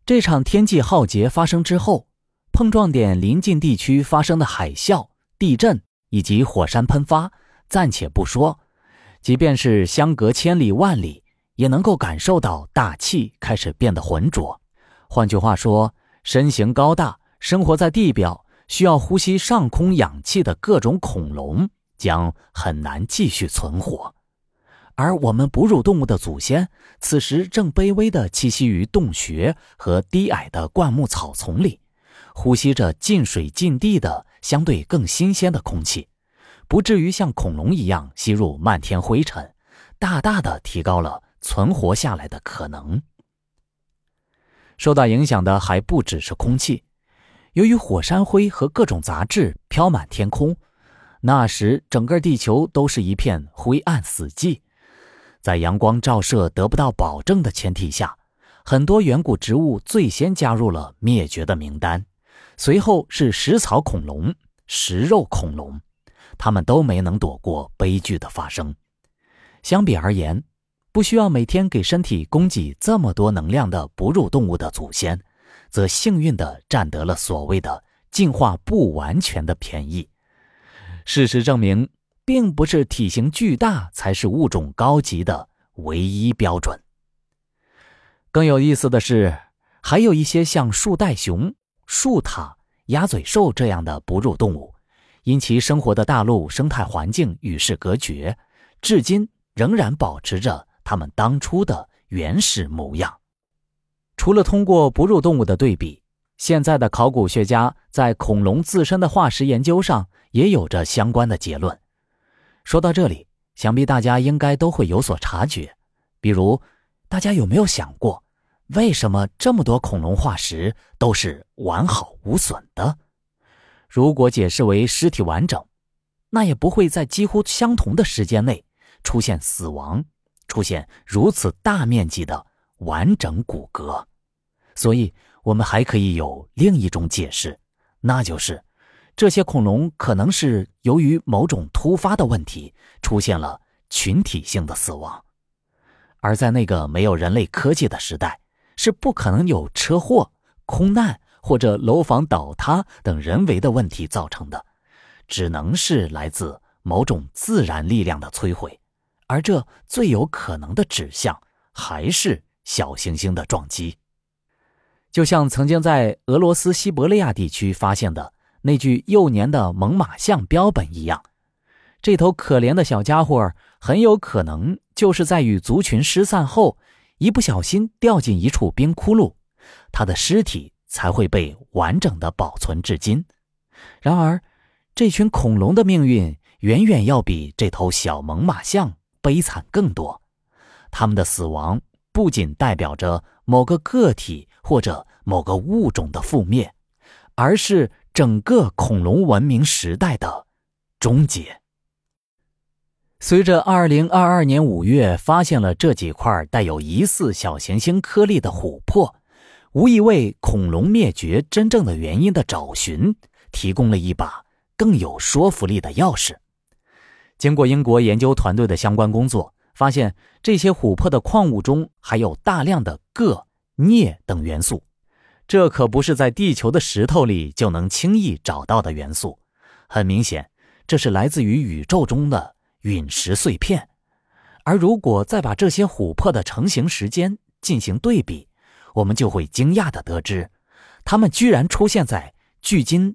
这场天际浩劫发生之后，碰撞点临近地区发生的海啸、地震以及火山喷发暂且不说，即便是相隔千里万里，也能够感受到大气开始变得浑浊。换句话说，身形高大、生活在地表、需要呼吸上空氧气的各种恐龙将很难继续存活。而我们哺乳动物的祖先此时正卑微地栖息于洞穴和低矮的灌木草丛里，呼吸着近水近地的相对更新鲜的空气，不至于像恐龙一样吸入漫天灰尘，大大地提高了存活下来的可能。受到影响的还不只是空气，由于火山灰和各种杂质飘满天空，那时整个地球都是一片灰暗死寂。在阳光照射得不到保证的前提下，很多远古植物最先加入了灭绝的名单，随后是食草恐龙、食肉恐龙，它们都没能躲过悲剧的发生。相比而言，不需要每天给身体供给这么多能量的哺乳动物的祖先，则幸运地占得了所谓的进化不完全的便宜。事实证明，并不是体型巨大才是物种高级的唯一标准。更有意思的是，还有一些像树袋熊、树獭、鸭嘴兽这样的哺乳动物，因其生活的大陆生态环境与世隔绝，至今仍然保持着它们当初的原始模样。除了通过哺乳动物的对比，现在的考古学家在恐龙自身的化石研究上也有着相关的结论。说到这里，想必大家应该都会有所察觉，比如大家有没有想过，为什么这么多恐龙化石都是完好无损的？如果解释为尸体完整，那也不会在几乎相同的时间内出现死亡，出现如此大面积的完整骨骼。所以我们还可以有另一种解释，那就是这些恐龙可能是由于某种突发的问题出现了群体性的死亡，而在那个没有人类科技的时代，是不可能有车祸、空难或者楼房倒塌等人为的问题造成的，只能是来自某种自然力量的摧毁，而这最有可能的指向还是小行星的撞击。就像曾经在俄罗斯西伯利亚地区发现的那具幼年的猛犸象标本一样，这头可怜的小家伙很有可能就是在与族群失散后，一不小心掉进一处冰窟窿，它的尸体才会被完整的保存至今。然而，这群恐龙的命运远远要比这头小猛犸象悲惨更多。它们的死亡不仅代表着某个个体或者某个物种的覆灭，而是整个恐龙文明时代的终结。随着2022年5月发现了这几块带有疑似小行星颗粒的琥珀，无疑为恐龙灭绝真正的原因的找寻提供了一把更有说服力的钥匙。经过英国研究团队的相关工作，发现这些琥珀的矿物中还有大量的铬、镍等元素，这可不是在地球的石头里就能轻易找到的元素。很明显，这是来自于宇宙中的陨石碎片。而如果再把这些琥珀的成型时间进行对比，我们就会惊讶地得知，它们居然出现在距今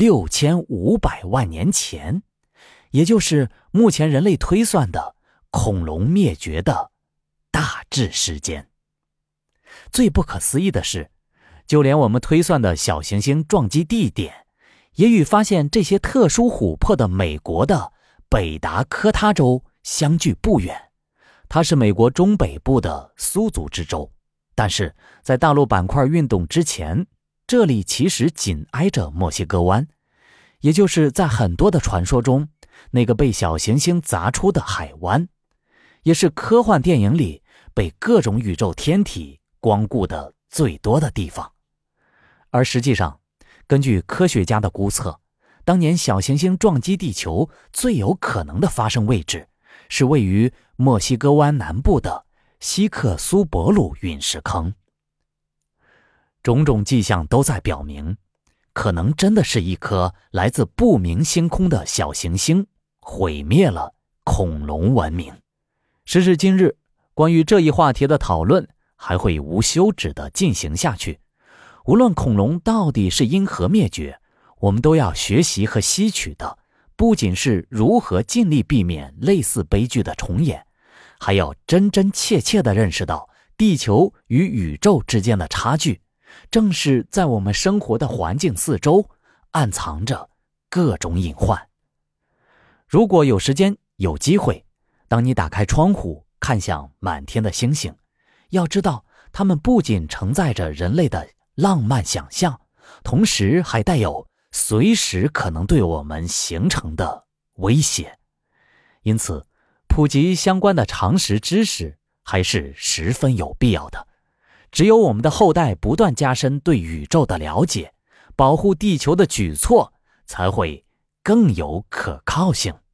6500万年前，也就是目前人类推算的恐龙灭绝的大致时间。最不可思议的是，就连我们推算的小行星撞击地点，也与发现这些特殊琥珀的美国的北达科他州相距不远。它是美国中北部的苏族之州，但是在大陆板块运动之前，这里其实紧挨着墨西哥湾，也就是在很多的传说中那个被小行星砸出的海湾，也是科幻电影里被各种宇宙天体光顾的最多的地方。而实际上，根据科学家的估测，当年小行星撞击地球最有可能的发生位置是位于墨西哥湾南部的西克苏伯鲁陨石坑。 种种迹象都在表明，可能真的是一颗来自不明星空的小行星毁灭了恐龙文明。时至今日，关于这一话题的讨论还会无休止地进行下去。无论恐龙到底是因何灭绝，我们都要学习和吸取的不仅是如何尽力避免类似悲剧的重演，还要真真切切地认识到地球与宇宙之间的差距，正是在我们生活的环境四周暗藏着各种隐患。如果有时间有机会，当你打开窗户看向满天的星星，要知道它们不仅承载着人类的浪漫想象，同时还带有随时可能对我们形成的威胁。因此，普及相关的常识知识还是十分有必要的。只有我们的后代不断加深对宇宙的了解，保护地球的举措才会更有可靠性。